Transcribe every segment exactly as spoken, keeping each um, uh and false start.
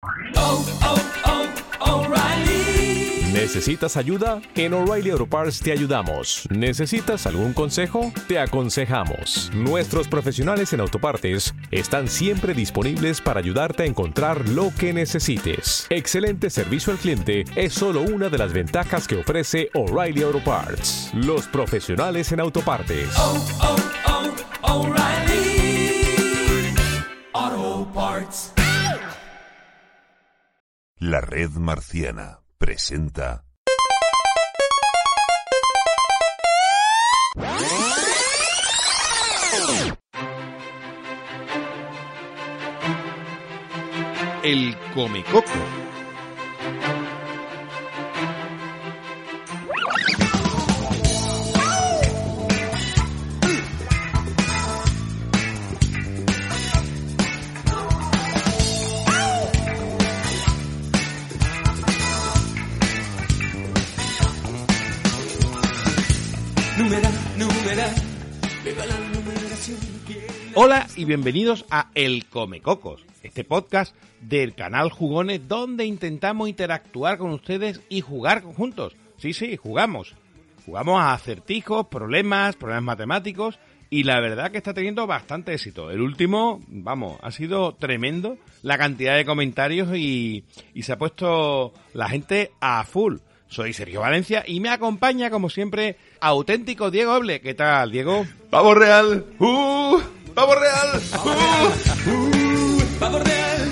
Oh, oh, oh, O'Reilly. ¿Necesitas ayuda? En O'Reilly Auto Parts te ayudamos. ¿Necesitas algún consejo? Te aconsejamos. Nuestros profesionales en autopartes están siempre disponibles para ayudarte a encontrar lo que necesites. Excelente servicio al cliente es solo una de las ventajas que ofrece O'Reilly Auto Parts. Los profesionales en autopartes. Oh, oh, oh, O'Reilly Auto Parts. La Red Marciana presenta El Comecoco. Numera, numera, viva la numeración. Hola y bienvenidos a El Comecocos, este podcast del canal Jugones donde intentamos interactuar con ustedes y jugar juntos. Sí, sí, jugamos. Jugamos a acertijos, problemas, problemas matemáticos y la verdad que está teniendo bastante éxito. El último, vamos, ha sido tremendo la cantidad de comentarios y, y se ha puesto la gente a full. Soy Sergio Valencia y me acompaña, como siempre, auténtico Diego Oble. ¿Qué tal, Diego? ¡Pavo real! ¡Uh! ¡Pavo real! ¡Uh! Uh, pavo real,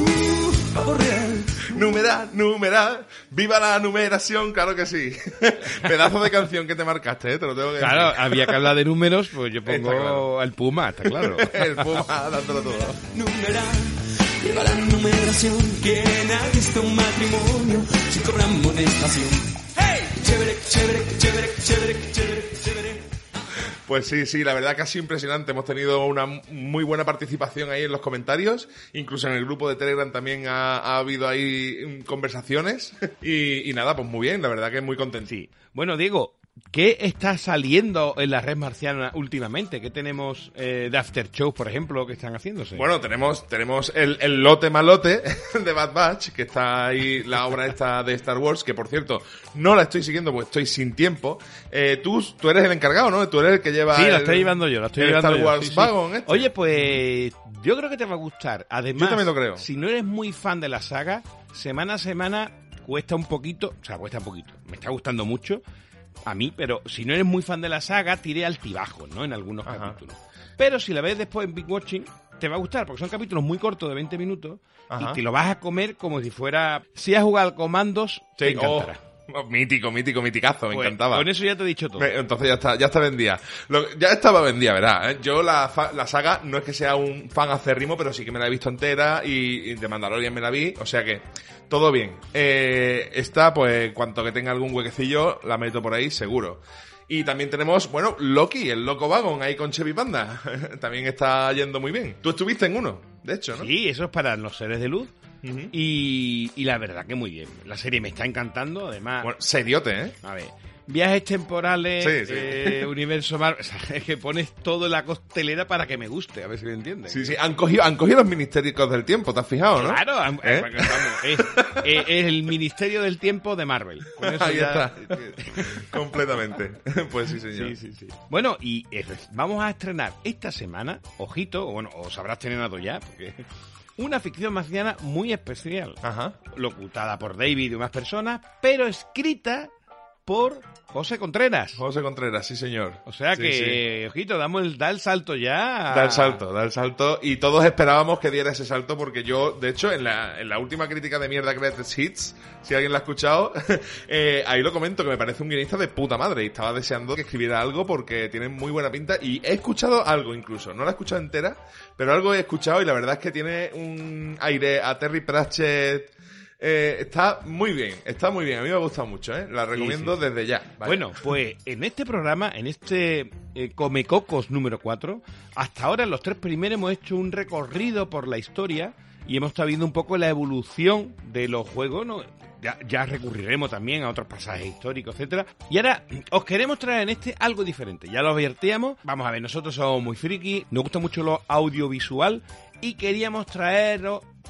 uh, pavo real. ¡Numera, numera! ¡Viva la numeración! ¡Claro que sí! Pedazo de canción que te marcaste, ¿eh? Te lo tengo que decir. Claro, había que hablar de números, pues yo pongo Está claro. al Puma, está claro. El Puma dándolo todo. Numera, viva la numeración. ¿Quién ha visto un matrimonio sin cobrar amonestación? ¡Hey! Chévere, chévere, chévere, chévere, chévere, chévere. Pues sí, sí, la verdad que ha sido impresionante. Hemos tenido una muy buena participación ahí en los comentarios. Incluso en el grupo de Telegram también ha, ha habido ahí conversaciones. Y, y nada, pues muy bien, la verdad que muy contento. Sí. Bueno, Diego, ¿qué está saliendo en la red marciana últimamente? ¿Qué tenemos eh, de after shows, por ejemplo, que están haciéndose? Bueno, tenemos tenemos el, el lote malote de Bad Batch, que está ahí la obra esta de Star Wars, que por cierto, no la estoy siguiendo porque estoy sin tiempo. Eh, tú, tú eres el encargado, ¿no? Tú eres el que lleva Sí, el, la estoy llevando yo, la estoy el llevando Star yo. Wars Sí, sí. Wagon este. Oye, pues yo creo que te va a gustar. Además, Yo también lo creo. Si no eres muy fan de la saga, semana a semana cuesta un poquito, o sea, cuesta un poquito. Me está gustando mucho a mí, pero si no eres muy fan de la saga, tiré altibajos, ¿no? En algunos Ajá. capítulos. Pero si la ves después en Big Watching, te va a gustar, porque son capítulos muy cortos de veinte minutos Ajá. y te lo vas a comer como si fuera... Si has jugado al Comandos, te Sí, oh, encantará. oh, mítico, mítico, miticazo, me Pues, encantaba. Con eso ya te he dicho todo. Me- Entonces ya está, ya está vendida. Lo- ya estaba vendida, ¿verdad? ¿eh? Yo la, fa- la saga no es que sea un fan acérrimo, pero sí que me la he visto entera y, y de Mandalorian me la vi, o sea que todo bien. Eh, esta, pues, en cuanto que tenga algún huequecillo, la meto por ahí, seguro. Y también tenemos, bueno, Loki, el Loco Wagon, ahí con Chevy Panda. También está yendo muy bien. Tú estuviste en uno, de hecho, ¿no? Sí, eso es para los seres de luz. Ujú. Y, y la verdad que muy bien. La serie me está encantando, además... Bueno, seriote, ¿eh? A ver, viajes temporales, Sí, sí. eh, universo Marvel... O sea, es que pones todo en la costelera para que me guste, a ver si me entiendes. Sí, sí, han cogido, han cogido los ministerios del tiempo, ¿te has fijado, no? Claro, am- ¿Eh? vamos, es, es- es el Ministerio del Tiempo de Marvel. Con eso Ahí ya- está. Completamente. Pues sí, señor. Sí, sí, sí. Bueno, y eh, vamos a estrenar esta semana, ojito, o bueno, os habrás estrenado ya, porque una ficción marciana muy especial, Ajá. locutada por David y demás personas, pero escrita por José Contreras. José Contreras, sí, señor. O sea Sí, que, ojito, damos el, da el salto ya. Da el salto, da el salto. Y todos esperábamos que diera ese salto porque yo, de hecho, en la, en la última crítica de mierda Greatest Hits, si alguien la ha escuchado, eh, ahí lo comento, que me parece un guionista de puta madre y estaba deseando que escribiera algo porque tiene muy buena pinta y he escuchado algo incluso. No la he escuchado entera, pero algo he escuchado y la verdad es que tiene un aire a Terry Pratchett. Eh, está muy bien, está muy bien. A mí me ha gustado mucho, ¿eh? La recomiendo sí, sí. desde ya. Vaya. Bueno, pues en este programa, en este eh, Comecocos número cuatro, hasta ahora en los tres primeros hemos hecho un recorrido por la historia y hemos estado viendo un poco la evolución de los juegos, ¿no? Ya, ya recurriremos también a otros pasajes históricos, etcétera. Y ahora os queremos traer en este algo diferente. Ya lo advertíamos. Vamos a ver, nosotros somos muy friki, nos gusta mucho lo audiovisual y queríamos traeros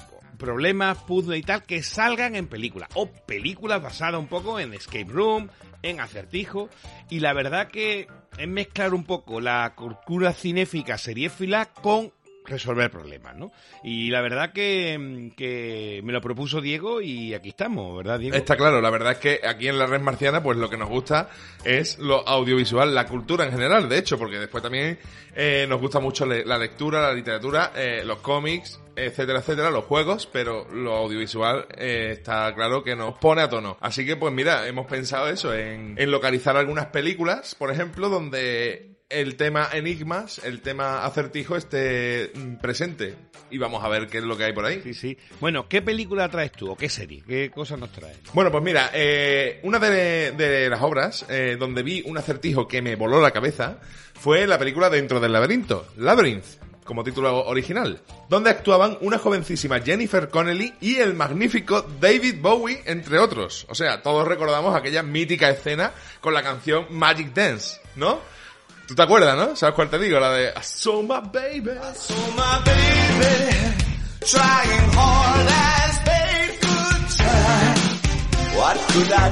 problemas, puzzles y tal, que salgan en películas. O películas basadas un poco en escape room, en acertijo. Y la verdad que es mezclar un poco la cultura cinéfica seriéfila con resolver problemas, ¿no? Y la verdad que, que me lo propuso Diego y aquí estamos, ¿verdad, Diego? Está claro, la verdad es que aquí en la Red Marciana pues lo que nos gusta es lo audiovisual, la cultura en general, de hecho, porque después también eh, nos gusta mucho le- la lectura, la literatura, eh, los cómics, etcétera, etcétera, los juegos, pero lo audiovisual eh, está claro que nos pone a tono. Así que pues mira, hemos pensado eso, en, en localizar algunas películas, por ejemplo, donde el tema enigmas, el tema acertijo esté mm, presente. Y vamos a ver qué es lo que hay por ahí. Sí, sí. Bueno, ¿qué película traes tú o qué serie? ¿Qué cosas nos traes? Bueno, pues mira, eh, una de, de las obras eh, donde vi un acertijo que me voló la cabeza fue la película Dentro del laberinto, Labyrinth, como título original, donde actuaban una jovencísima Jennifer Connelly y el magnífico David Bowie, entre otros. O sea, todos recordamos aquella mítica escena con la canción Magic Dance, ¿no? ¿Tú te acuerdas, no? ¿Sabes cuál te digo? La de I saw my baby. I saw my baby trying hard as they could try. What could I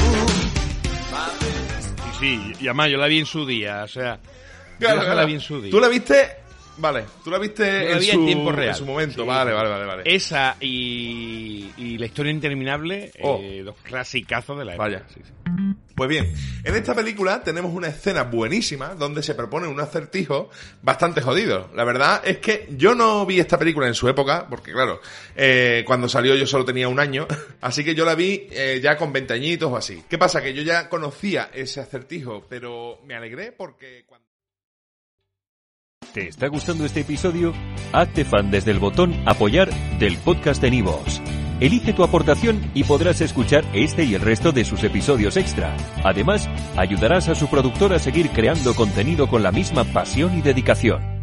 Sí, do? sí, y además yo la vi en su día, o sea, Claro, yo claro. la vi en su día. ¿Tú la viste? Vale, tú la viste Yo la en, vi su, en tiempo real. en su momento. Sí, vale, sí. vale, vale, vale. Esa y, y La historia interminable, Oh. eh, dos clasicazos de la época. Vaya. Sí, sí. Pues bien, en esta película tenemos una escena buenísima donde se propone un acertijo bastante jodido. La verdad es que yo no vi esta película en su época, porque claro, eh, cuando salió yo solo tenía un año, así que yo la vi eh, ya con veinte añitos o así. ¿Qué pasa? Que yo ya conocía ese acertijo, pero me alegré porque... cuando ¿Te está gustando este episodio? Hazte fan desde el botón Apoyar del podcast de Nivos. Elige tu aportación y podrás escuchar este y el resto de sus episodios extra. Además, ayudarás a su productor a seguir creando contenido con la misma pasión y dedicación.